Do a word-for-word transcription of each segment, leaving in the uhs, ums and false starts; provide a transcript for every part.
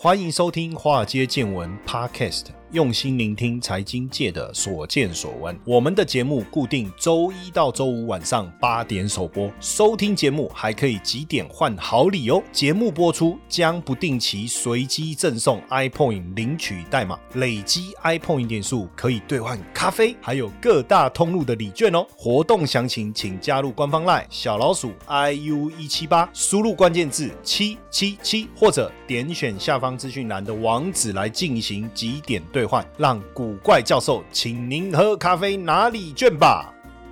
欢迎收听华尔街见闻 Podcast， 用心聆听财经界的所见所闻。我们的节目固定周一到周五晚上八点首播，收听节目还可以集点换好礼哦。节目播出将不定期随机赠送 iPoint 领取代码，累积 iPoint 点数可以兑换咖啡，还有各大通路的礼券哦。活动详情请加入官方 LINE 小老鼠 I U 一七八， 输入关键字七七七，或者点选下方资讯栏的网址来进行集点兑换，让古怪教授请您喝咖啡拿礼券吧。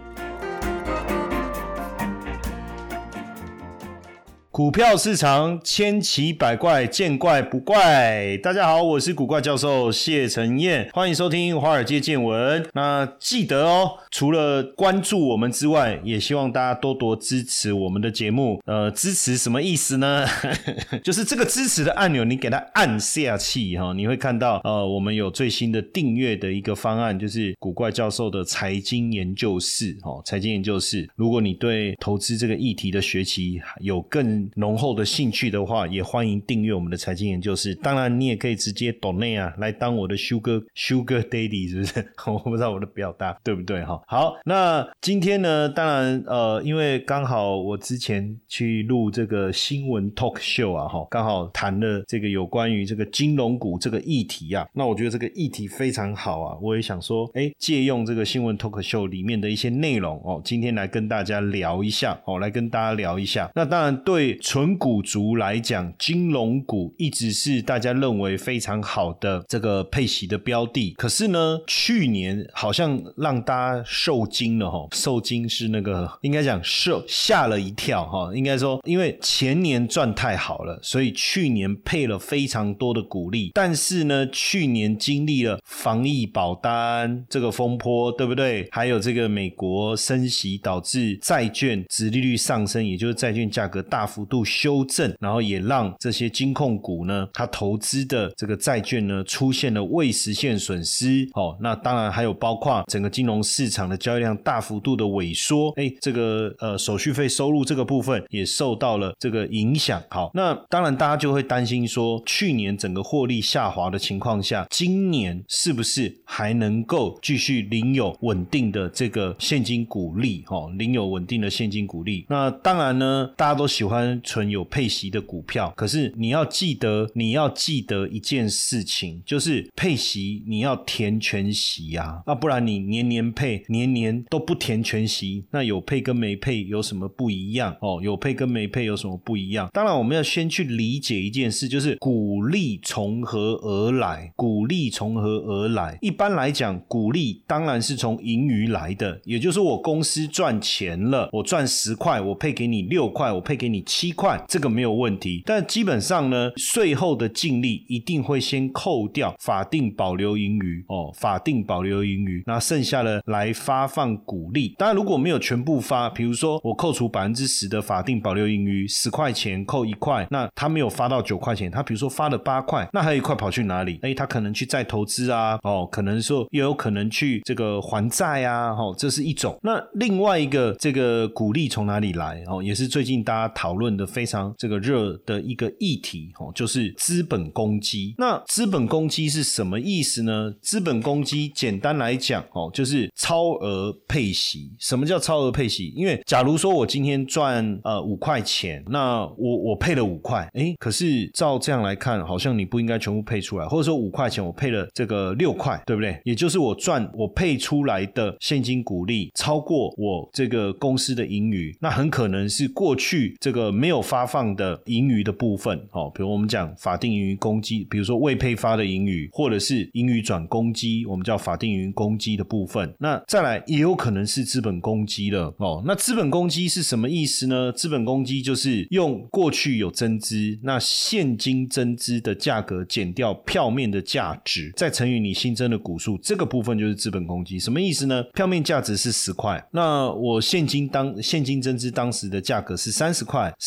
股票市场千奇百怪，见怪不怪。大家好，我是古怪教授谢承彦，欢迎收听华尔街见闻。那记得哦，除了关注我们之外，也希望大家多多支持我们的节目。呃，支持什么意思呢？就是这个支持的按钮，你给它按下去哈，你会看到呃，我们有最新的订阅的一个方案，就是古怪教授的财经研究室哦，财经研究室。如果你对投资这个议题的学习有更浓厚的兴趣的话，也欢迎订阅我们的财经研究室。当然你也可以直接 donate 啊，来当我的 sugar sugar daddy， 是不是？我不知道我的表达对不对哈。好，那今天呢，当然呃，因为刚好我之前去录这个新闻 talk show 啊，刚好谈了这个有关于这个金融股这个议题啊，那我觉得这个议题非常好啊，我也想说，诶，借用这个新闻 talk show 里面的一些内容哦，今天来跟大家聊一下哦，来跟大家聊一下。那当然对纯股族来讲，金融股一直是大家认为非常好的这个配息的标的，可是呢，去年好像让大家受惊了齁，受惊是那个应该讲受吓了一跳齁，应该说因为前年赚太好了，所以去年配了非常多的股利，但是呢，去年经历了防疫保单这个风波，对不对？还有这个美国升息导致债券殖利率上升，也就是债券价格大幅度修正，然后也让这些金控股呢，它投资的这个债券呢出现了未实现损失哦。那当然还有包括整个金融市场的交易量大幅度的萎缩，哎，这个呃手续费收入这个部分也受到了这个影响。好，那当然大家就会担心说，去年整个获利下滑的情况下，今年是不是还能够继续领有稳定的这个现金股利哦，领有稳定的现金股利。那当然呢，大家都喜欢存有配息的股票，可是你要记得你要记得一件事情，就是配息你要填全息啊，那不然你年年配年年都不填全息，那有配跟没配有什么不一样哦？有配跟没配有什么不一样？当然我们要先去理解一件事，就是股利从何而来，股利从何而来。一般来讲，股利当然是从盈余来的，也就是我公司赚钱了，我赚十块，我配给你六块，我配给你七块，这个没有问题。但基本上呢，税后的净利一定会先扣掉法定保留盈余哦，法定保留盈余，那剩下的来发放股利。当然如果没有全部发，比如说我扣除 百分之十 的法定保留盈余，十块钱扣一块，那他没有发到九块钱，他比如说发了八块，那还有一块跑去哪里？诶，他可能去再投资啊，哦，可能说也有可能去这个还债啊，哦，这是一种。那另外一个这个股利从哪里来？哦，也是最近大家讨论的非常这个热的一个议题哦，就是资本公积。那资本公积是什么意思呢？资本公积简单来讲哦，就是超额配息。什么叫超额配息？因为假如说我今天赚呃五块钱，那我我配了五块，诶，可是照这样来看，好像你不应该全部配出来，或者说五块钱我配了这个六块，对不对？也就是我赚我配出来的现金股利超过我这个公司的盈余，那很可能是过去这个没有发放的盈余的部分哦，比如我们讲法定盈余公积，比如说未配发的盈余，或者是盈余转公积，我们叫法定盈余公积的部分。那再来也有可能是资本公积了哦。那资本公积是什么意思呢？资本公积就是用过去有增资，那现金增资的价格减掉票面的价值，再乘以你新增的股数，这个部分就是资本公积。什么意思呢？票面价值是十块，那我现金当现金增资当时的价格是三十块，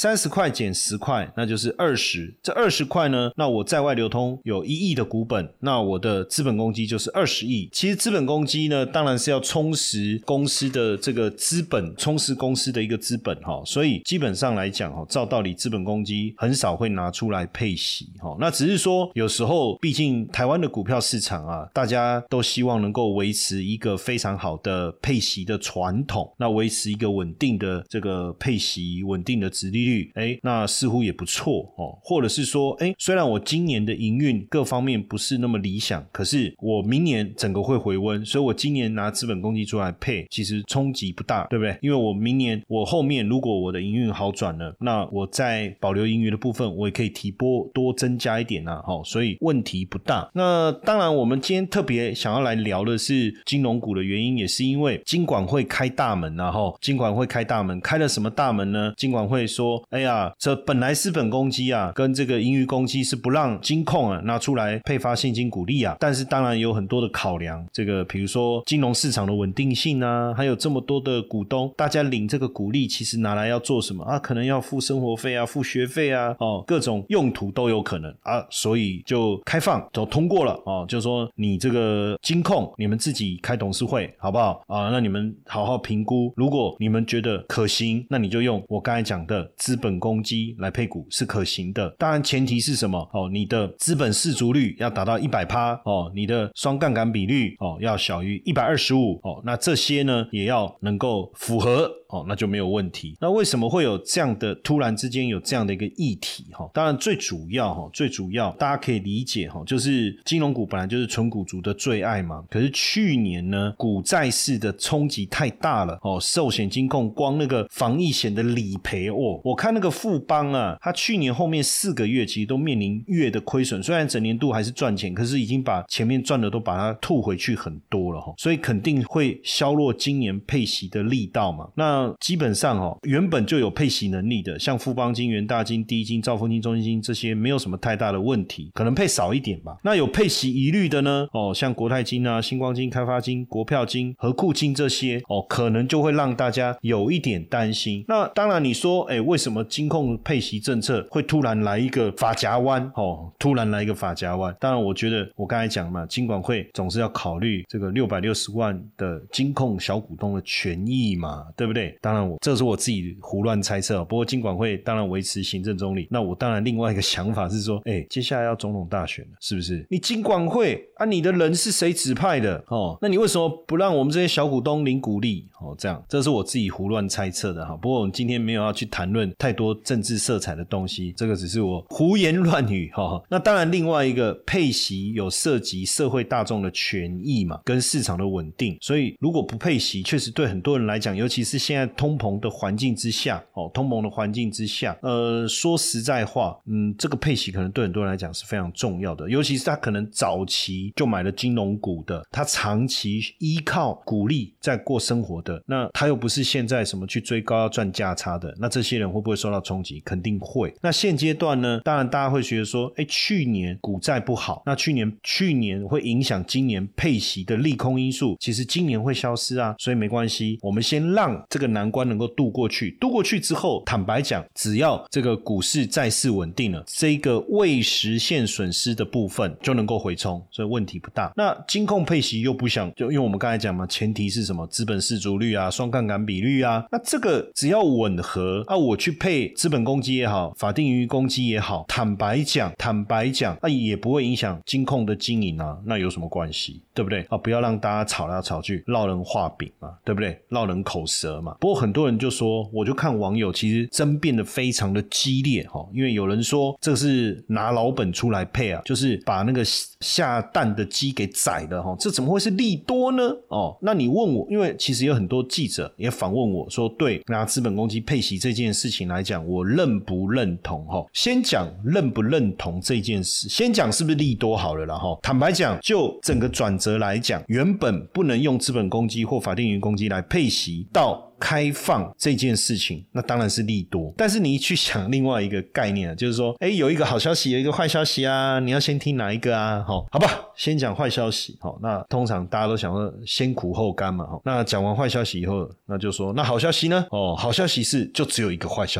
三十块减十块，那就是二十。这二十块呢，那我在外流通有一亿的股本，那我的资本公积就是二十亿。其实资本公积呢，当然是要充实公司的这个资本，充实公司的一个资本哈。所以基本上来讲哈，照道理资本公积很少会拿出来配息哈。那只是说有时候，毕竟台湾的股票市场啊，大家都希望能够维持一个非常好的配息的传统，那维持一个稳定的这个配息，稳定的殖利率，哎，那似乎也不错哦。或者是说，哎，虽然我今年的营运各方面不是那么理想，可是我明年整个会回温，所以我今年拿资本公积出来配，其实冲击不大，对不对？因为我明年我后面如果我的营运好转了，那我在保留盈余的部分，我也可以提拨多增加一点啊，哦，所以问题不大。那当然，我们今天特别想要来聊的是金融股的原因，也是因为金管会开大门啊，吼，金管会开大门，开了什么大门呢？金管会说，哎呀，这本来资本公积啊，跟这个盈余公积是不让金控啊拿出来配发现金股利啊，但是当然有很多的考量，这个比如说金融市场的稳定性啊，还有这么多的股东，大家领这个股利其实拿来要做什么啊？可能要付生活费啊，付学费啊，哦，各种用途都有可能啊，所以就开放都通过了哦，就说你这个金控你们自己开董事会好不好啊？那你们好好评估，如果你们觉得可行，那你就用我刚才讲的资本公积来配股是可行的。当然前提是什么？哦，你的资本适足率要达到 百分之百 哦，你的双杠杆比率哦要小于一百二十五哦，那这些呢也要能够符合哦，那就没有问题。那为什么会有这样的突然之间有这样的一个议题哈？当然最主要哈，最主要大家可以理解哈，就是金融股本来就是纯股族的最爱嘛。可是去年呢，股债市的冲击太大了哦，寿险金控光那个防疫险的理赔哦，我看那个富邦啊，他去年后面四个月其实都面临月的亏损，虽然整年度还是赚钱，可是已经把前面赚的都把它吐回去很多了哈，所以肯定会削弱今年配息的力道嘛。那基本上哦，原本就有配息能力的，像富邦金、元大金、第一金、兆丰金、中信金这些没有什么太大的问题，可能配少一点吧。那有配息疑虑的呢，哦，像国泰金啊、星光金、开发金、国票金、和库金这些哦，可能就会让大家有一点担心。那当然你说，哎，为什么金控配息政策会突然来一个发夹弯哦？突然来一个发夹弯，当然我觉得我刚才讲嘛，金管会总是要考虑这个六百六十万的金控小股东的权益嘛，对不对？当然我这是我自己胡乱猜测，不过金管会当然维持行政中立。那我当然另外一个想法是说，哎，接下来要总统大选了，是不是？你金管会啊，你的人是谁指派的哦？那你为什么不让我们这些小股东领股利哦？这样，这是我自己胡乱猜测的哈。不过我们今天没有要去谈论太多政治色彩的东西，这个只是我胡言乱语哈。那当然，另外一个配息有涉及社会大众的权益嘛，跟市场的稳定，所以如果不配息，确实对很多人来讲，尤其是现在通膨的环境之下，哦，通膨的环境之下，呃，说实在话，嗯，这个配息可能对很多人来讲是非常重要的，尤其是他可能早期就买了金融股的，他长期依靠股利在过生活的，那他又不是现在什么去追高要赚价差的，那这些人会不会受到冲击？肯定会。那现阶段呢，当然大家会觉得说，哎，去年股债不好，那去年去年会影响今年配息的利空因素，其实今年会消失啊，所以没关系，我们先让这个难关能够度过去，度过去之后，坦白讲，只要这个股市债市稳定了，这个未实现损失的部分就能够回冲，所以问题不大。那金控配息又不想，就因为我们刚才讲嘛，前提是什么？资本适足率啊，双杠杆比率啊，那这个只要吻合啊，我去配资本公积也好，法定盈余公积也好，坦白讲，坦白讲，那也不会影响金控的经营啊，那有什么关系？对不对啊？不要让大家吵来吵去，落人画饼嘛，对不对？落人口舌嘛。不过很多人就说，我就看网友其实争辩的非常的激烈哈，因为有人说这是拿老本出来配啊，就是把那个下蛋的鸡给宰了哈，这怎么会是利多呢？哦，那你问我，因为其实有很多记者也访问我说，对拿资本公积配息这件事情来讲，我认不认同哈？先讲认不认同这件事，先讲是不是利多好了啦哈。坦白讲，就整个转折来讲，原本不能用资本公积或法定盈余公积来配息，到开放这件事情，那当然是利多。但是你一去想另外一个概念啊，就是说，哎，有一个好消息，有一个坏消息啊，你要先听哪一个啊？好，好吧，先讲坏消息。好，那通常大家都想说先苦后甘嘛。那讲完坏消息以后，那就说那好消息呢？哦，好消息是就只有一个坏消息。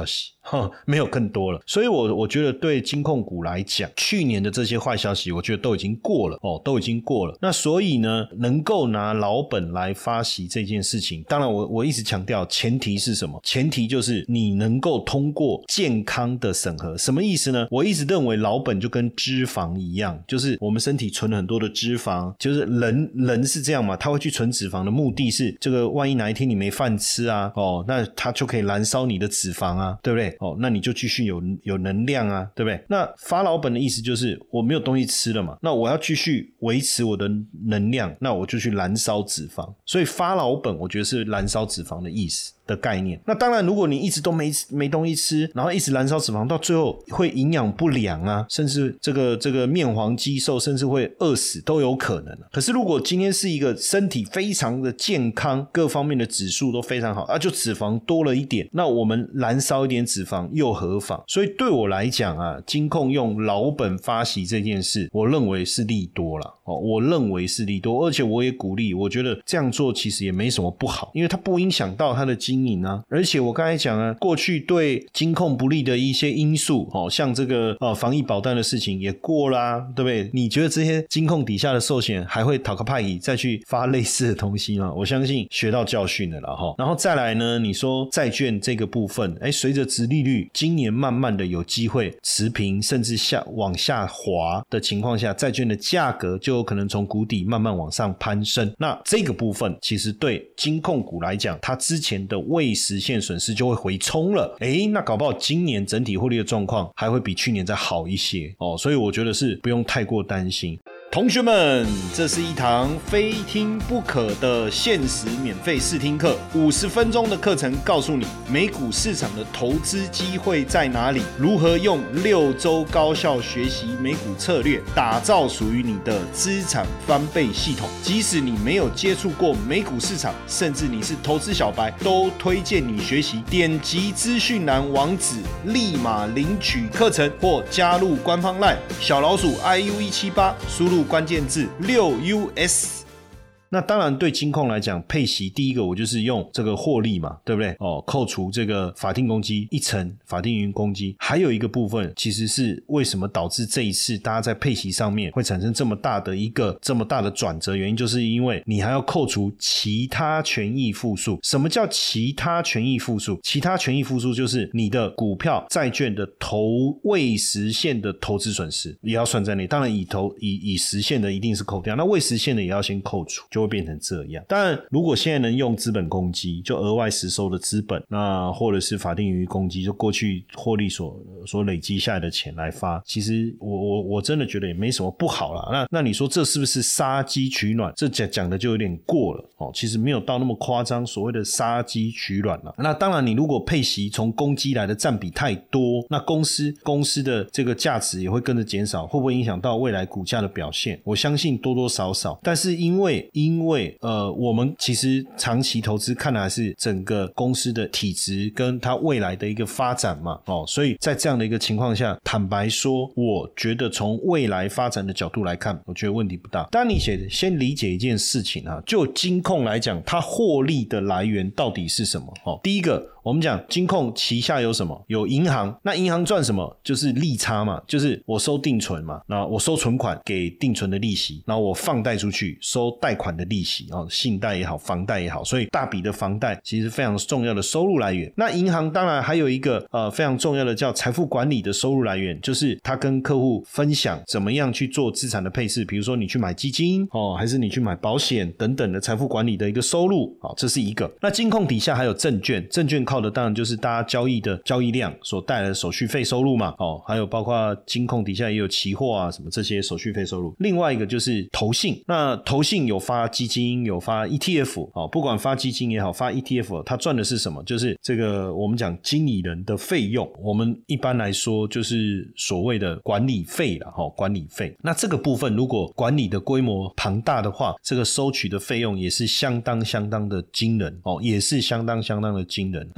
呵，没有更多了。所以我我觉得对金控股来讲，去年的这些坏消息我觉得都已经过了哦，都已经过了。那所以呢，能够拿老本来发息这件事情，当然我我一直强调前提是什么？前提就是你能够通过健康的审核。什么意思呢？我一直认为老本就跟脂肪一样，就是我们身体存了很多的脂肪，就是人人是这样嘛，他会去存脂肪的目的是这个万一哪一天你没饭吃啊，哦，那他就可以燃烧你的脂肪啊，对不对？哦，那你就继续有有能量啊，对不对？那发老本的意思就是我没有东西吃了嘛，那我要继续维持我的能量，那我就去燃烧脂肪。所以发老本我觉得是燃烧脂肪的意思的概念。那当然如果你一直都没没东西吃，然后一直燃烧脂肪，到最后会营养不良啊，甚至这个这个面黄肌瘦，甚至会饿死都有可能。可是如果今天是一个身体非常的健康，各方面的指数都非常好啊，就脂肪多了一点，那我们燃烧一点脂肪又何妨？所以对我来讲啊，金控用老本发息这件事，我认为是利多啦。哦，我认为是利多，而且我也鼓励，我觉得这样做其实也没什么不好，因为它不影响到它的经营啊。而且我刚才讲啊，过去对金控不利的一些因素，哦，像这个呃防疫保单的事情也过啦，对不对？你觉得这些金控底下的寿险还会讨个派椅再去发类似的东西吗？我相信学到教训了啦齁。然后再来呢，你说债券这个部分，哎，随着殖利率今年慢慢的有机会持平，甚至下往下滑的情况下，债券的价格就有可能从谷底慢慢往上攀升。那这个部分其实对金控股来讲，它之前的未实现损失就会回冲了。诶，那搞不好今年整体获利的状况还会比去年再好一些哦，所以我觉得是不用太过担心。同学们，这是一堂非听不可的限时免费试听课，五十分钟的课程告诉你美股市场的投资机会在哪里，如何用六周高效学习美股策略，打造属于你的资产翻倍系统。即使你没有接触过美股市场，甚至你是投资小白，都推荐你学习。点击资讯栏网址，立马领取课程或加入官方 LINE 小老鼠 I U 一七八，输入关键字 六 U S。那当然对金控来讲，配息第一个我就是用这个获利嘛，对不对？哦，扣除这个法定公积一成法定营运公积，还有一个部分其实是为什么导致这一次大家在配息上面会产生这么大的一个这么大的转折，原因就是因为你还要扣除其他权益负数。什么叫其他权益负数？其他权益负数就是你的股票债券的投未实现的投资损失也要算在内，当然以投以以实现的一定是扣掉，那未实现的也要先扣除，就会变成这样。当然如果现在能用资本公积，就额外实收的资本，那或者是法定盈余公积，就过去获利所所累积下来的钱来发，其实我我我真的觉得也没什么不好啦。那那你说这是不是杀鸡取卵？这讲讲的就有点过了哦，其实没有到那么夸张，所谓的杀鸡取卵啦。那当然你如果配息从公积来的占比太多，那公司公司的这个价值也会跟着减少，会不会影响到未来股价的表现？我相信多多少少。但是因为因为呃，我们其实长期投资看的还是整个公司的体质跟它未来的一个发展嘛，哦，所以在这样的一个情况下，坦白说，我觉得从未来发展的角度来看，我觉得问题不大。当然你先理解一件事情啊，就金控来讲，它获利的来源到底是什么？哦，第一个。我们讲金控旗下有什么？有银行，那银行赚什么？就是利差嘛，就是我收定存嘛，那我收存款给定存的利息，然后我放贷出去收贷款的利息，哦，信贷也好，房贷也好，所以大笔的房贷其实非常重要的收入来源。那银行当然还有一个呃非常重要的叫财富管理的收入来源，就是他跟客户分享怎么样去做资产的配置，比如说你去买基金哦，还是你去买保险等等的财富管理的一个收入，好，这是一个。那金控底下还有证券，证券靠的当然就是大家交易的交易量所带来的手续费收入嘛，哦，还有包括金控底下也有期货啊什么这些手续费收入。另外一个就是投信，那投信有发基金，有发 E T F， 哦，不管发基金也好，发 E T F， 它赚的是什么？就是这个我们讲经理人的费用，我们一般来说就是所谓的管理费啦，哦，管理费。那这个部分如果管理的规模庞大的话，这个收取的费用也是相当相当的惊人，哦，也是相当相当的惊人。那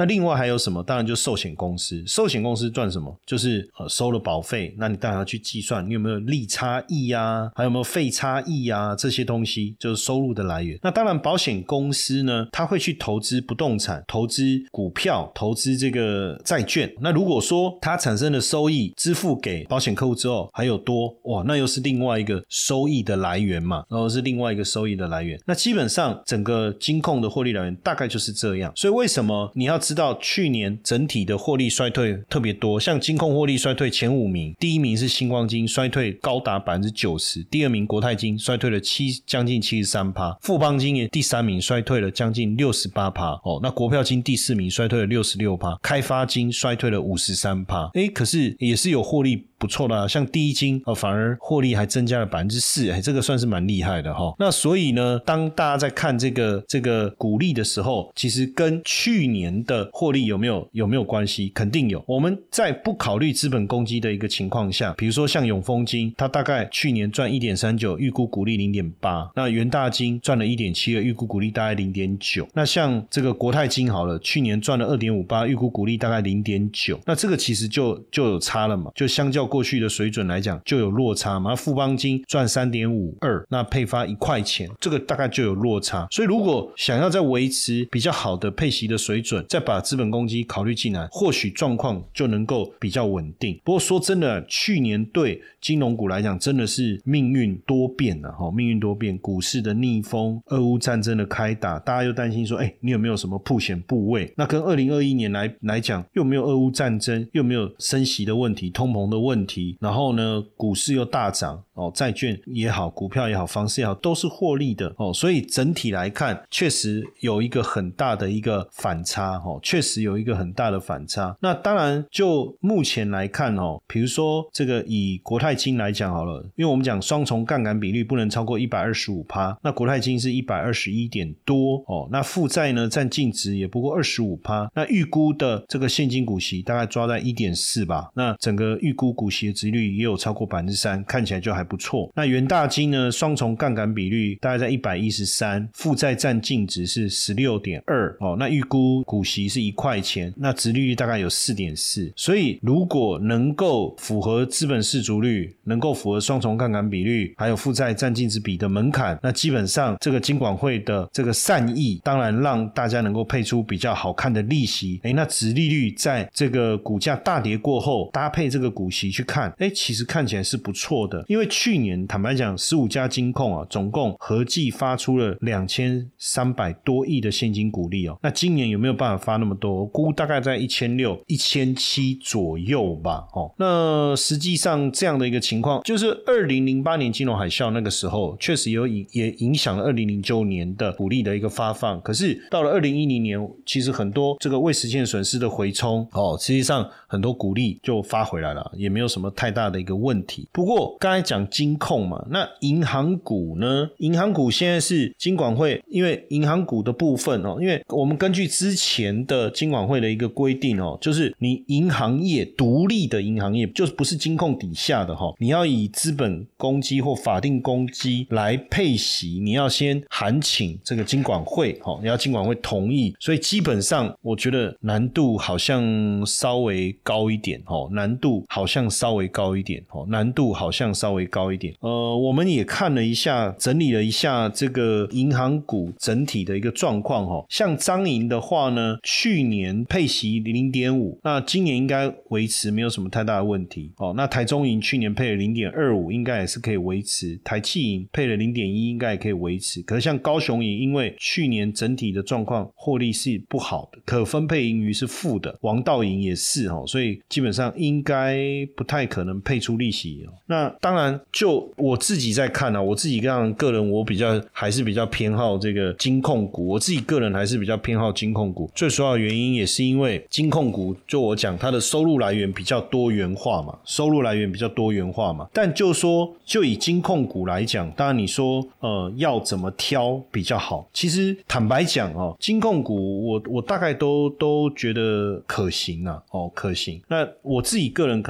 另外还有什么？当然就寿险公司，寿险公司赚什么？就是呃收了保费，那你当然要去计算你有没有利差益啊，还有没有费差益啊，这些东西就是收入的来源。那当然保险公司呢，它会去投资不动产，投资股票，投资这个债券。那如果说它产生的收益支付给保险客户之后还有多，哇，那又是另外一个收益的来源嘛，然后是另外一个收益的来源。那基本上整个金控的获利来源大概就是这样。所以为什么你要知道去年整体的获利衰退特别多，像金控获利衰退前五名，第一名是星光金，衰退高达 百分之九十， 第二名国泰金衰退了七将近 百分之七十三， 富邦金也第三名衰退了将近 百分之六十八， 哦，那国票金第四名衰退了 百分之六十六， 开发金衰退了 百分之五十三， 诶，可是也是有获利不错的啊，像第一金、哦、反而获利还增加了 百分之四， 哎，这个算是蛮厉害的齁。那所以呢，当大家在看这个这个股利的时候，其实跟去年的获利有没有有没有关系？肯定有。我们在不考虑资本公积的一个情况下，比如说像永丰金，它大概去年赚 一点三九， 预估股利 零点八， 那元大金赚了 一点七二， 预估股利大概 零点九。 那像这个国泰金好了，去年赚了 二点五八， 预估股利大概 零点九， 那这个其实就就有差了嘛，就相较过去的水准来讲就有落差嘛。富邦金赚 三点五二， 那配发一块钱，这个大概就有落差。所以如果想要再维持比较好的配息的水准，再把资本公积考虑进来，或许状况就能够比较稳定。不过说真的，去年对金融股来讲真的是命运多变啊，命运多变，股市的逆风，俄乌战争的开打，大家又担心说哎，你有没有什么曝险部位？那跟二零二一年来来讲，又没有俄乌战争，又没有升息的问题，通膨的问题，然后呢股市又大涨哦，债券也好，股票也好，房市也好，都是获利的哦，所以整体来看确实有一个很大的一个反差哦，确实有一个很大的反差。那当然就目前来看哦，比如说这个以国泰金来讲好了，因为我们讲双重杠杆比率不能超过 百分之一百二十五， 那国泰金是一百二十一点多哦，那负债呢占净值也不过 百分之二十五， 那预估的这个现金股息大概抓在 一点四 吧，那整个预估股息的殖利率也有超过 百分之三， 看起来就还不错。那元大金呢，双重杠杆比率大概在一百一十三，负债占净值是 十六点二 哦，那预估股息是一块钱，那殖利率大概有 四点四， 所以如果能够符合资本适足率，能够符合双重杠杆比率还有负债占净值比的门槛，那基本上这个金管会的这个善意当然让大家能够配出比较好看的利息，诶，那殖利率在这个股价大跌过后搭配这个股息去看，诶，其实看起来是不错的。因为去年坦白讲十五家金控啊，总共合计发出了两千三百多亿的现金股利哦，那今年有没有办法发那么多？我估大概在一千六百、一千七百左右吧哦，那实际上这样的一个情况，就是二零零八年金融海啸那个时候确实有也影响了二零零九年的股利的一个发放，可是到了二零一零年其实很多这个未实现损失的回冲哦，实际上很多股利就发回来了，也没有什么太大的一个问题。不过刚才讲金控嘛，那银行股呢？银行股现在是金管会，因为银行股的部分哦，因为我们根据之前的金管会的一个规定哦，就是你银行业独立的银行业，就是不是金控底下的哈，你要以资本公积或法定公积来配息，你要先函请这个金管会哈，你要金管会同意，所以基本上我觉得难度好像稍微高一点哦，难度好像稍微高一点哦，难度好像稍微高一点。呃，我们也看了一下，整理了一下这个银行股整体的一个状况哦。像彰银的话呢，去年配息 零点五， 那今年应该维持没有什么太大的问题哦。那台中银去年配了 零点二五， 应该也是可以维持，台企银配了 零点一， 应该也可以维持。可是像高雄银，因为去年整体的状况获利是不好的，可分配盈余是负的，王道银也是哦，所以基本上应该不太可能配出利息哦。那当然就我自己在看啊，我自己个人我比较还是比较偏好这个金控股，我自己个人还是比较偏好金控股。最主要的原因也是因为金控股就我讲它的收入来源比较多元化嘛，收入来源比较多元化嘛。但就说就以金控股来讲，当然你说呃要怎么挑比较好，其实坦白讲哦，金控股我我大概都都觉得可行啊哦可行。那我自己个人可能又更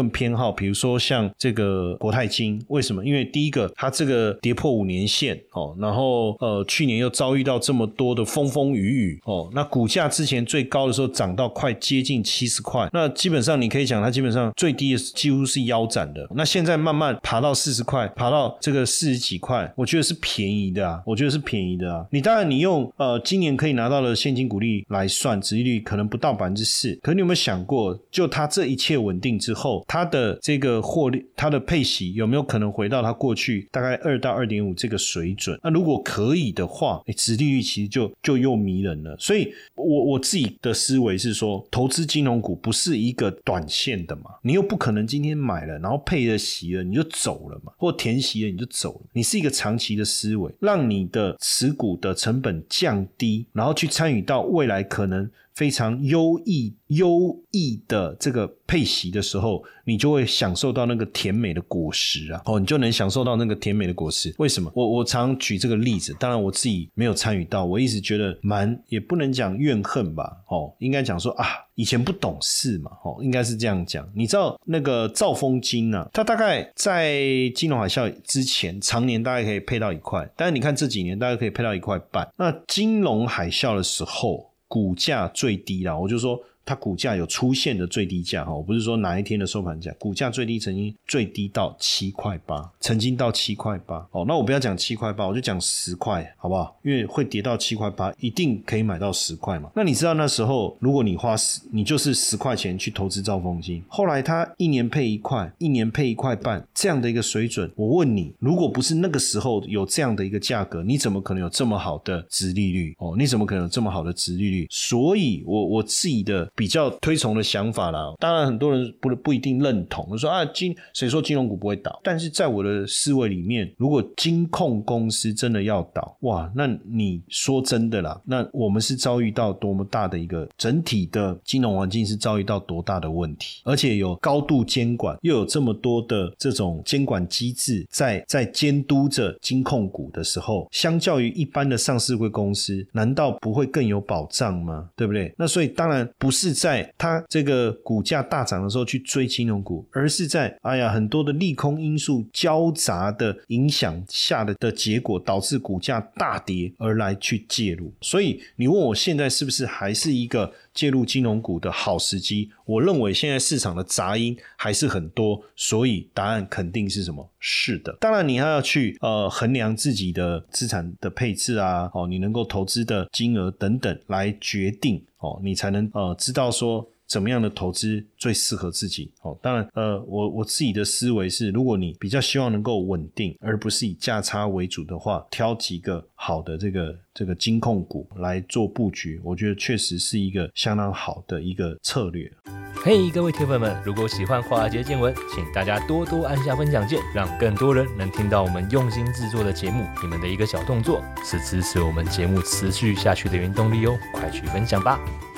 更偏好比如说像这个国泰金，为什么？因为第一个它这个跌破五年线哦，然后呃去年又遭遇到这么多的风风雨雨哦，那股价之前最高的时候涨到快接近七十块，那基本上你可以讲它基本上最低的几乎是腰斩的，那现在慢慢爬到四十块，爬到这个四十几块，我觉得是便宜的啊，我觉得是便宜的啊。你当然你用呃今年可以拿到的现金股利来算，殖利率可能不到 百分之四， 可是你有没有想过，就它这一切稳定之后，它的这个获利，它的配息有没有可能回到它过去大概二到二点五这个水准？那如果可以的话，诶，殖利率其实就就又迷人了。所以我我自己的思维是说，投资金融股不是一个短线的嘛，你又不可能今天买了然后配了息了你就走了嘛，或填息了你就走了，你是一个长期的思维，让你的持股的成本降低，然后去参与到未来可能非常优异优异的这个配息的时候，你就会享受到那个甜美的果实啊！哦，你就能享受到那个甜美的果实。为什么？我我常举这个例子，当然我自己没有参与到，我一直觉得蛮也不能讲怨恨吧，哦，应该讲说啊，以前不懂事嘛，哦，应该是这样讲。你知道那个兆丰金啊，它大概在金融海啸之前，常年大概可以配到一块，但是你看这几年大概可以配到一块半。那金融海啸的时候，股价最低啦，我就说它股价有出现的最低价，我不是说哪一天的收盘价，股价最低曾经最低到七块八，曾经到七块八。哦，那我不要讲七块八，我就讲十块，好不好？因为会跌到七块八，一定可以买到十块嘛。那你知道那时候，如果你花十，你就是十块钱去投资兆丰金，后来它一年配一块，一年配一块半，这样的一个水准，我问你，如果不是那个时候有这样的一个价格，你怎么可能有这么好的殖利率？哦，你怎么可能有这么好的殖利率？所以我我自己的比较推崇的想法啦，当然很多人 不, 不一定认同，说啊金谁说金融股不会倒？但是在我的思维里面，如果金控公司真的要倒，哇，那你说真的啦，那我们是遭遇到多么大的一个整体的金融环境是遭遇到多大的问题，而且有高度监管，又有这么多的这种监管机制在在监督着金控股的时候，相较于一般的上市柜公司，难道不会更有保障吗？对不对？那所以当然不是在它这个股价大涨的时候去追金融股，而是在哎呀很多的利空因素交杂的影响下的的结果，导致股价大跌而来去介入。所以你问我现在是不是还是一个介入金融股的好时机，我认为现在市场的杂音还是很多，所以答案肯定是什么？是的。当然你还要去呃衡量自己的资产的配置啊，哦，你能够投资的金额等等来决定哦，你才能呃知道说怎么样的投资最适合自己。哦，当然呃我我自己的思维是，如果你比较希望能够稳定而不是以价差为主的话，挑几个好的这个这个金控股来做布局，我觉得确实是一个相当好的一个策略。 嘿、hey, 各位铁粉们，如果喜欢华尔街见闻，请大家多多按下分享键，让更多人能听到我们用心制作的节目。你们的一个小动作是支持我们节目持续下去的原动力哦，快去分享吧。